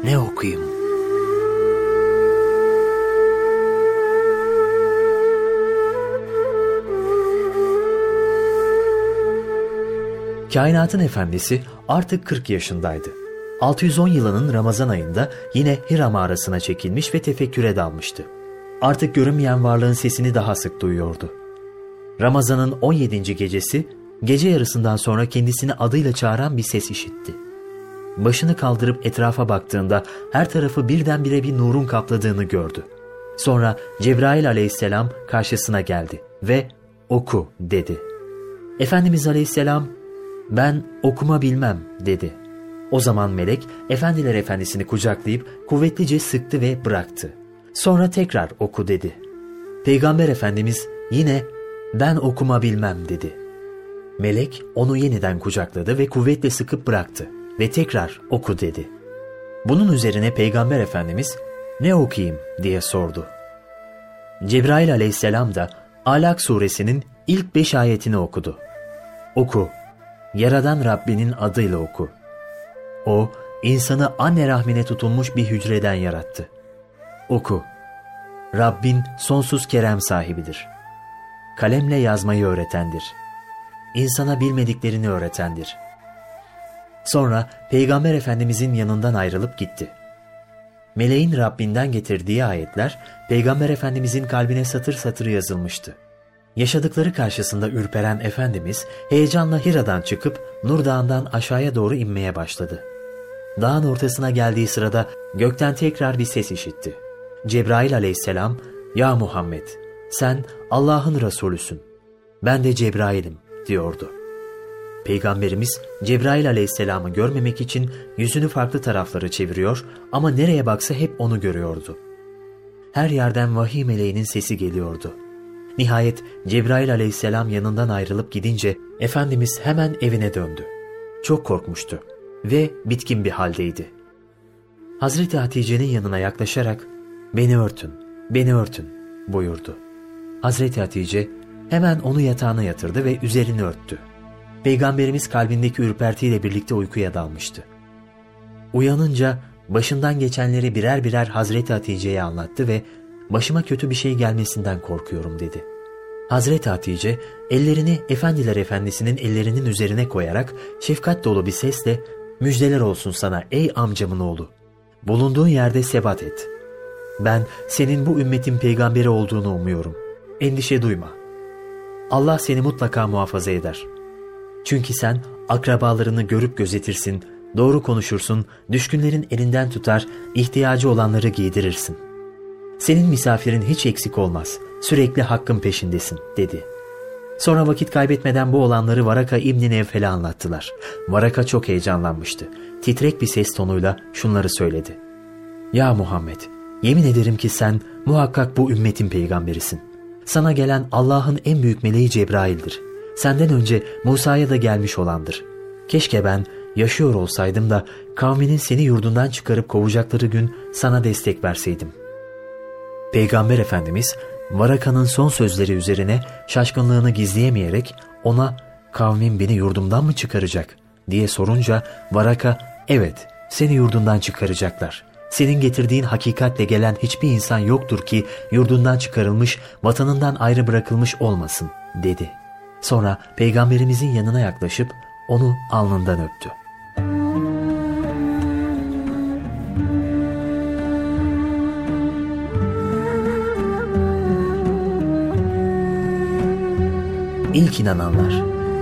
Ne okuyayım? Kainatın efendisi artık 40 yaşındaydı. 610 yılının Ramazan ayında yine Hira mağarasına çekilmiş ve tefekküre dalmıştı. Artık görünmeyen varlığın sesini daha sık duyuyordu. Ramazan'ın 17. gecesi, gece yarısından sonra kendisini adıyla çağıran bir ses işitti. Başını kaldırıp etrafa baktığında her tarafı birdenbire bir nurun kapladığını gördü. Sonra Cebrail aleyhisselam karşısına geldi ve "Oku" dedi. Efendimiz aleyhisselam "Ben okuma bilmem" dedi. O zaman melek efendiler efendisini kucaklayıp kuvvetlice sıktı ve bıraktı. Sonra tekrar "Oku" dedi. Peygamber Efendimiz yine "Ben okuma bilmem" dedi. Melek onu yeniden kucakladı ve kuvvetle sıkıp bıraktı ve tekrar "Oku" dedi. Bunun üzerine Peygamber Efendimiz "Ne okuyayım?" diye sordu. Cebrail aleyhisselam da Alak suresinin ilk 5 ayetini okudu. "Oku, Yaradan Rabbinin adıyla oku. O, insanı anne rahmine tutulmuş bir hücreden yarattı. Oku, Rabbin sonsuz kerem sahibidir. Kalemle yazmayı öğretendir. İnsana bilmediklerini öğretendir." Sonra Peygamber Efendimizin yanından ayrılıp gitti. Meleğin Rabbinden getirdiği ayetler Peygamber Efendimizin kalbine satır satır yazılmıştı. Yaşadıkları karşısında ürperen Efendimiz heyecanla Hira'dan çıkıp Nur Dağı'ndan aşağıya doğru inmeye başladı. Dağın ortasına geldiği sırada gökten tekrar bir ses işitti. Cebrail aleyhisselam "Ya Muhammed, sen Allah'ın Resulüsün. Ben de Cebrail'im" diyordu. Peygamberimiz Cebrail aleyhisselamı görmemek için yüzünü farklı taraflara çeviriyor ama nereye baksa hep onu görüyordu. Her yerden vahiy meleğinin sesi geliyordu. Nihayet Cebrail aleyhisselam yanından ayrılıp gidince Efendimiz hemen evine döndü. Çok korkmuştu ve bitkin bir haldeydi. Hazreti Hatice'nin yanına yaklaşarak "Beni örtün, beni örtün" buyurdu. Hazreti Hatice hemen onu yatağına yatırdı ve üzerini örttü. Peygamberimiz kalbindeki ürpertiyle birlikte uykuya dalmıştı. Uyanınca başından geçenleri birer birer Hazreti Hatice'ye anlattı ve "Başıma kötü bir şey gelmesinden korkuyorum" dedi. Hazreti Hatice ellerini Efendiler Efendisi'nin ellerinin üzerine koyarak şefkat dolu bir sesle "Müjdeler olsun sana ey amcamın oğlu. Bulunduğun yerde sebat et. Ben senin bu ümmetin peygamberi olduğunu umuyorum. Endişe duyma. Allah seni mutlaka muhafaza eder. Çünkü sen akrabalarını görüp gözetirsin, doğru konuşursun, düşkünlerin elinden tutar, ihtiyacı olanları giydirirsin. Senin misafirin hiç eksik olmaz, sürekli hakkın peşindesin" dedi. Sonra vakit kaybetmeden bu olanları Varaka İbn-i Nevfel'e anlattılar. Varaka çok heyecanlanmıştı. Titrek bir ses tonuyla şunları söyledi. "Ya Muhammed, yemin ederim ki sen muhakkak bu ümmetin peygamberisin. Sana gelen Allah'ın en büyük meleği Cebrail'dir. Senden önce Musa'ya da gelmiş olandır. Keşke ben yaşıyor olsaydım da kavminin seni yurdundan çıkarıp kovacakları gün sana destek verseydim." Peygamber Efendimiz Varaka'nın son sözleri üzerine şaşkınlığını gizleyemeyerek ona "Kavmin beni yurdumdan mı çıkaracak?" diye sorunca Varaka "Evet, seni yurdundan çıkaracaklar. Senin getirdiğin hakikatle gelen hiçbir insan yoktur ki yurdundan çıkarılmış, vatanından ayrı bırakılmış olmasın" dedi. Sonra Peygamberimizin yanına yaklaşıp onu alnından öptü. İlk inananlar.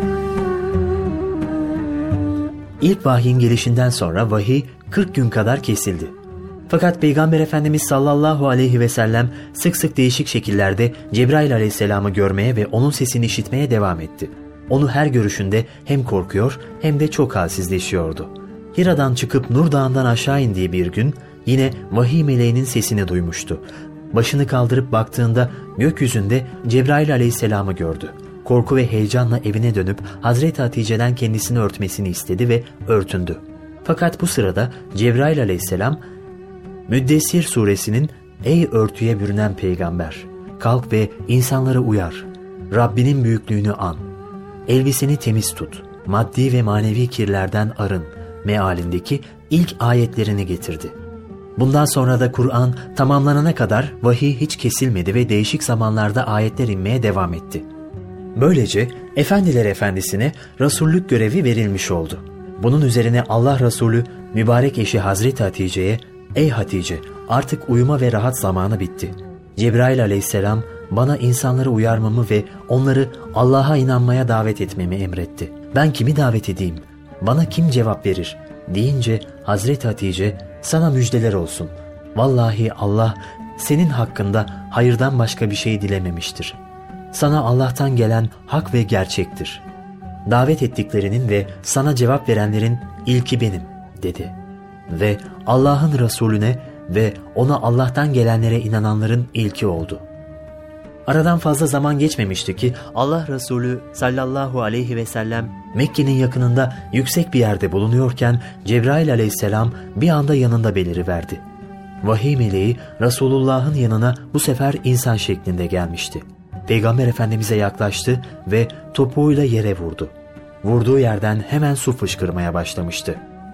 İlk vahyin gelişinden sonra vahiy 40 gün kadar kesildi. Fakat Peygamber Efendimiz sallallahu aleyhi ve sellem sık sık değişik şekillerde Cebrail aleyhisselamı görmeye ve onun sesini işitmeye devam etti. Onu her görüşünde hem korkuyor hem de çok halsizleşiyordu. Hira'dan çıkıp Nur Dağı'ndan aşağı indiği bir gün yine vahiy meleğinin sesini duymuştu. Başını kaldırıp baktığında gökyüzünde Cebrail aleyhisselamı gördü. Korku ve heyecanla evine dönüp Hazreti Hatice'den kendisini örtmesini istedi ve örtündü. Fakat bu sırada Cebrail aleyhisselam Müddessir suresinin "Ey örtüye bürünen peygamber, kalk ve insanları uyar. Rabbinin büyüklüğünü an. Elbiseni temiz tut. Maddi ve manevi kirlerden arın" mealindeki ilk ayetlerini getirdi. Bundan sonra da Kur'an tamamlanana kadar vahiy hiç kesilmedi ve değişik zamanlarda ayetler inmeye devam etti. Böylece Efendiler Efendisi'ne Resullük görevi verilmiş oldu. Bunun üzerine Allah Resulü mübarek eşi Hazreti Hatice'ye "Ey Hatice, artık uyuma ve rahat zamanı bitti. Cebrail aleyhisselam bana insanları uyarmamı ve onları Allah'a inanmaya davet etmemi emretti. Ben kimi davet edeyim? Bana kim cevap verir?" deyince Hazreti Hatice, "Sana müjdeler olsun. Vallahi Allah senin hakkında hayırdan başka bir şey dilememiştir. Sana Allah'tan gelen hak ve gerçektir. Davet ettiklerinin ve sana cevap verenlerin ilki benim," dedi. Ve Allah'ın Resulüne ve ona Allah'tan gelenlere inananların ilki oldu. Aradan fazla zaman geçmemişti ki Allah Resulü sallallahu aleyhi ve sellem Mekke'nin yakınında yüksek bir yerde bulunuyorken Cebrail aleyhisselam bir anda yanında beliriverdi. Vahiy meleği Resulullah'ın yanına bu sefer insan şeklinde gelmişti. Peygamber Efendimiz'e yaklaştı ve topuğuyla yere vurdu. Vurduğu yerden hemen su fışkırmaya başlamıştı.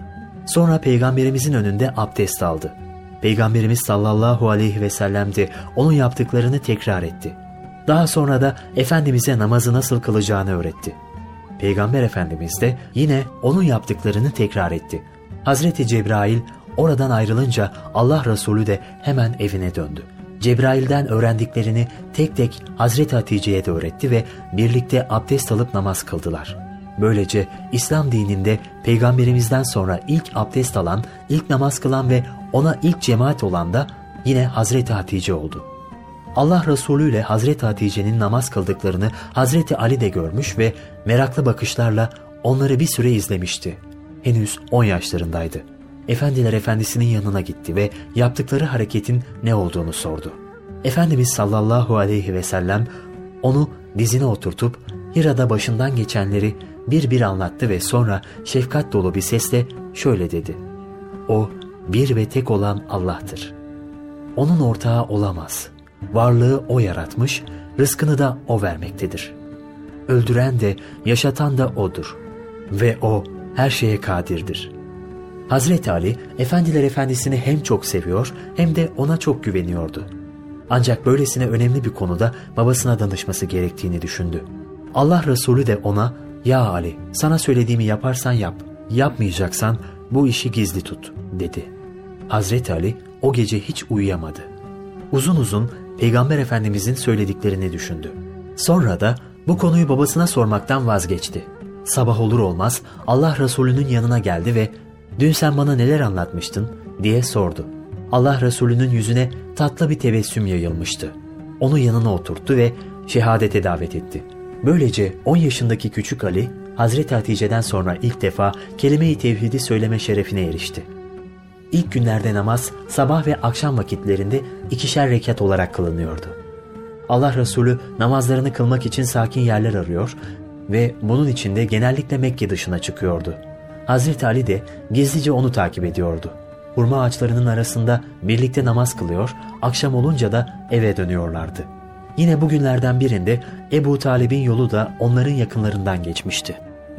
Sonra Peygamberimizin önünde abdest aldı. Peygamberimiz sallallahu aleyhi ve sellem de onun yaptıklarını tekrar etti. Daha sonra da Efendimiz'e namazı nasıl kılacağını öğretti. Peygamber Efendimiz de yine onun yaptıklarını tekrar etti. Hazreti Cebrail oradan ayrılınca Allah Resulü de hemen evine döndü. Cebrail'den öğrendiklerini tek tek Hazreti Hatice'ye de öğretti ve birlikte abdest alıp namaz kıldılar. Böylece İslam dininde Peygamberimizden sonra ilk abdest alan, ilk namaz kılan ve ona ilk cemaat olan da yine Hazreti Hatice oldu. Allah Resulü ile Hazreti Hatice'nin namaz kıldıklarını Hazreti Ali de görmüş ve meraklı bakışlarla onları bir süre izlemişti. Henüz 10 yaşlarındaydı. Efendiler Efendisi'nin yanına gitti ve yaptıkları hareketin ne olduğunu sordu. Efendimiz sallallahu aleyhi ve sellem onu dizine oturtup Hira'da başından geçenleri bir bir anlattı ve sonra şefkat dolu bir sesle şöyle dedi: "O bir ve tek olan Allah'tır. Onun ortağı olamaz. Varlığı O yaratmış, rızkını da O vermektedir. Öldüren de yaşatan da O'dur. Ve O her şeye kadirdir." Hazreti Ali, Efendiler Efendisi'ni hem çok seviyor hem de ona çok güveniyordu. Ancak böylesine önemli bir konuda babasına danışması gerektiğini düşündü. Allah Resulü de ona, "Ya Ali, sana söylediğimi yaparsan yap, yapmayacaksan bu işi gizli tut," dedi. Hazreti Ali o gece hiç uyuyamadı. Uzun uzun Peygamber Efendimizin söylediklerini düşündü. Sonra da bu konuyu babasına sormaktan vazgeçti. Sabah olur olmaz Allah Resulü'nün yanına geldi ve "Dün sen bana neler anlatmıştın?" diye sordu. Allah Resulü'nün yüzüne tatlı bir tebessüm yayılmıştı. Onu yanına oturttu ve şehadete davet etti. Böylece 10 yaşındaki küçük Ali, Hazreti Hatice'den sonra ilk defa kelime-i tevhidi söyleme şerefine erişti. İlk günlerde namaz sabah ve akşam vakitlerinde 2'şer rekat olarak kılınıyordu. Allah Resulü namazlarını kılmak için sakin yerler arıyor ve bunun için de genellikle Mekke dışına çıkıyordu. Hazreti Ali de gizlice onu takip ediyordu. Hurma ağaçlarının arasında birlikte namaz kılıyor, akşam olunca da eve dönüyorlardı. Yine bugünlerden birinde Ebu Talib'in yolu da onların yakınlarından geçmişti.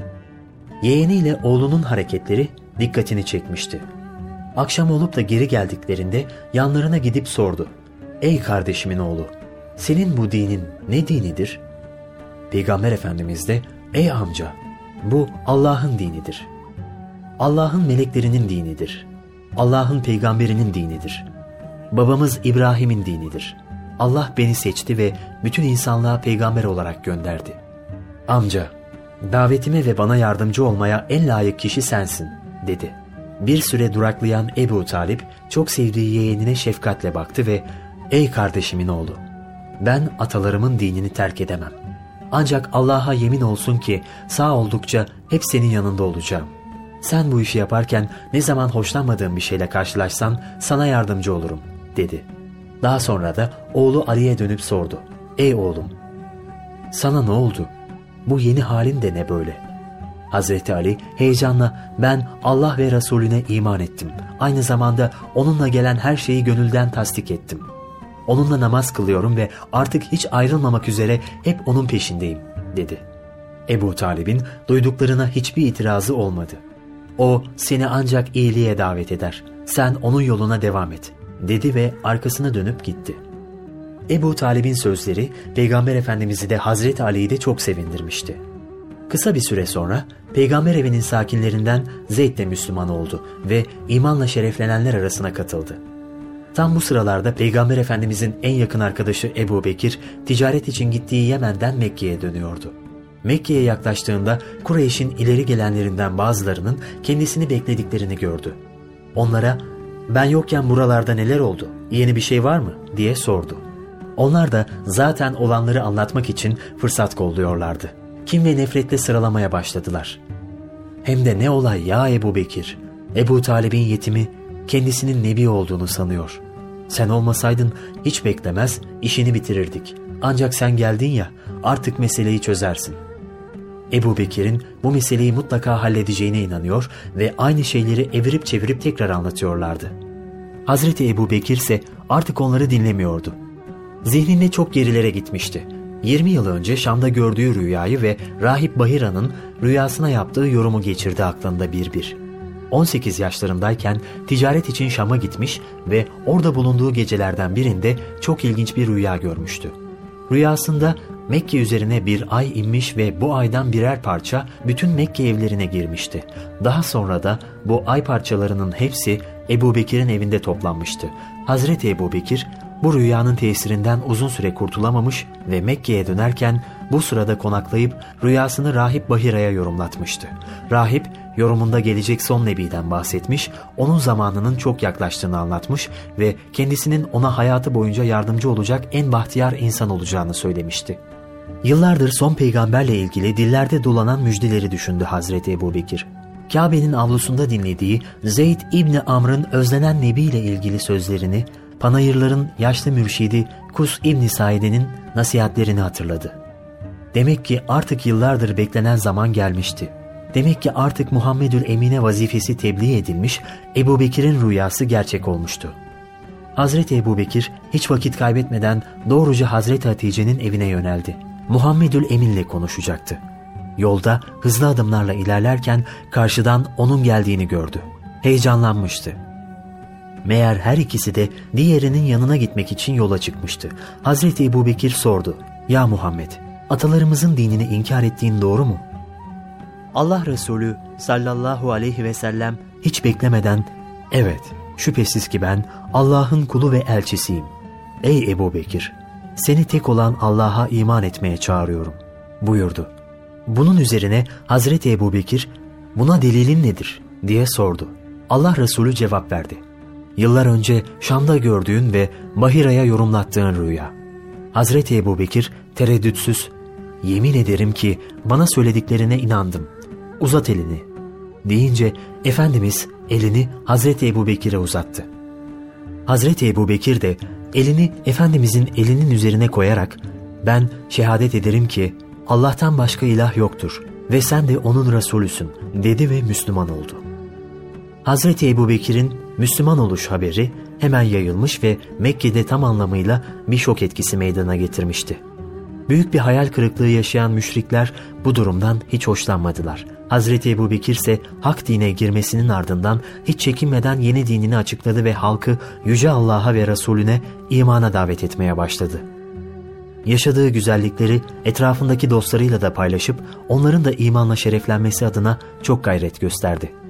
Yeğeniyle oğlunun hareketleri dikkatini çekmişti. Akşam olup da geri geldiklerinde yanlarına gidip sordu: "Ey kardeşimin oğlu, senin bu dinin ne dinidir?" Peygamber Efendimiz de "Ey amca, bu Allah'ın dinidir. Allah'ın meleklerinin dinidir. Allah'ın peygamberinin dinidir. Babamız İbrahim'in dinidir. Allah beni seçti ve bütün insanlığa peygamber olarak gönderdi. Amca, davetime ve bana yardımcı olmaya en layık kişi sensin," dedi. Bir süre duraklayan Ebu Talip çok sevdiği yeğenine şefkatle baktı ve "Ey kardeşimin oğlu, ben atalarımın dinini terk edemem. Ancak Allah'a yemin olsun ki sağ oldukça hep senin yanında olacağım. Sen bu işi yaparken ne zaman hoşlanmadığın bir şeyle karşılaşsan sana yardımcı olurum," dedi. Daha sonra da oğlu Ali'ye dönüp sordu: "Ey oğlum, sana ne oldu? Bu yeni halin de ne böyle?" Hazreti Ali heyecanla "Ben Allah ve Resulüne iman ettim. Aynı zamanda onunla gelen her şeyi gönülden tasdik ettim. Onunla namaz kılıyorum ve artık hiç ayrılmamak üzere hep onun peşindeyim," dedi. Ebu Talib'in duyduklarına hiçbir itirazı olmadı. "O seni ancak iyiliğe davet eder. Sen onun yoluna devam et, dedi ve arkasını dönüp gitti. Ebu Talib'in sözleri Peygamber Efendimiz'i de Hazreti Ali'yi de çok sevindirmişti. Kısa bir süre sonra Peygamber evinin sakinlerinden Zeyd de Müslüman oldu ve imanla şereflenenler arasına katıldı. Tam bu sıralarda Peygamber Efendimiz'in en yakın arkadaşı Ebu Bekir, ticaret için gittiği Yemen'den Mekke'ye dönüyordu. Mekke'ye yaklaştığında Kureyş'in ileri gelenlerinden bazılarının kendisini beklediklerini gördü. Onlara, "Ben yokken buralarda neler oldu, yeni bir şey var mı?" diye sordu. Onlar da zaten olanları anlatmak için fırsat kolluyorlardı. Kin ve nefretle sıralamaya başladılar. "Hem de ne olay ya Ebu Bekir, Ebu Talib'in yetimi kendisinin nebi olduğunu sanıyor. Sen olmasaydın hiç beklemez işini bitirirdik. Ancak sen geldin ya, artık meseleyi çözersin." Ebu Bekir'in bu meseleyi mutlaka halledeceğine inanıyor ve aynı şeyleri evirip çevirip tekrar anlatıyorlardı. Hazreti Ebu Bekir ise artık onları dinlemiyordu. Zihninde çok gerilere gitmişti. 20 yıl önce Şam'da gördüğü rüyayı ve Rahip Bahira'nın rüyasına yaptığı yorumu geçirdi aklında bir. 18 yaşlarındayken ticaret için Şam'a gitmiş ve orada bulunduğu gecelerden birinde çok ilginç bir rüya görmüştü. Rüyasında Mekke üzerine bir ay inmiş ve bu aydan birer parça bütün Mekke evlerine girmişti. Daha sonra da bu ay parçalarının hepsi Ebu Bekir'in evinde toplanmıştı. Hazreti Ebu Bekir bu rüyanın tesirinden uzun süre kurtulamamış ve Mekke'ye dönerken bu sırada konaklayıp rüyasını Rahip Bahira'ya yorumlatmıştı. Rahip yorumunda gelecek son nebiden bahsetmiş, onun zamanının çok yaklaştığını anlatmış ve kendisinin ona hayatı boyunca yardımcı olacak en bahtiyar insan olacağını söylemişti. Yıllardır son peygamberle ilgili dillerde dolanan müjdeleri düşündü Hazreti Ebu Bekir. Kabe'nin avlusunda dinlediği Zeyd İbni Amr'ın özlenen Nebi ile ilgili sözlerini, panayırların yaşlı mürşidi Kus İbni Saide'nin nasihatlerini hatırladı. Demek ki artık yıllardır beklenen zaman gelmişti. Demek ki artık Muhammedül Emine vazifesi tebliğ edilmiş, Ebu Bekir'in rüyası gerçek olmuştu. Hazreti Ebu Bekir hiç vakit kaybetmeden doğruca Hazreti Hatice'nin evine yöneldi. Muhammedül Emin'le konuşacaktı. Yolda hızlı adımlarla ilerlerken karşıdan onun geldiğini gördü. Heyecanlanmıştı. Meğer her ikisi de diğerinin yanına gitmek için yola çıkmıştı. Hazreti Ebu Bekir sordu. "Ya Muhammed, atalarımızın dinini inkar ettiğin doğru mu?" Allah Resulü sallallahu aleyhi ve sellem hiç beklemeden, "Evet, şüphesiz ki ben Allah'ın kulu ve elçisiyim. Ey Ebu Bekir, seni tek olan Allah'a iman etmeye çağırıyorum," buyurdu. Bunun üzerine Hazreti Ebu Bekir, "Buna delilin nedir?" diye sordu. Allah Resulü cevap verdi. "Yıllar önce Şam'da gördüğün ve Bahira'ya yorumlattığın rüya." Hazreti Ebu Bekir tereddütsüz, "Yemin ederim ki bana söylediklerine inandım. Uzat elini," deyince Efendimiz elini Hazreti Ebu Bekir'e uzattı. Hazreti Ebu Bekir de elini Efendimizin elinin üzerine koyarak, "Ben şehadet ederim ki Allah'tan başka ilah yoktur ve sen de onun Resulüsün," dedi ve Müslüman oldu. Hazreti Ebu Bekir'in Müslüman oluş haberi hemen yayılmış ve Mekke'de tam anlamıyla bir şok etkisi meydana getirmişti. Büyük bir hayal kırıklığı yaşayan müşrikler bu durumdan hiç hoşlanmadılar. Hazreti Ebu Bekir ise hak dine girmesinin ardından hiç çekinmeden yeni dinini açıkladı ve halkı Yüce Allah'a ve Resulüne imana davet etmeye başladı. Yaşadığı güzellikleri etrafındaki dostlarıyla da paylaşıp onların da imanla şereflenmesi adına çok gayret gösterdi.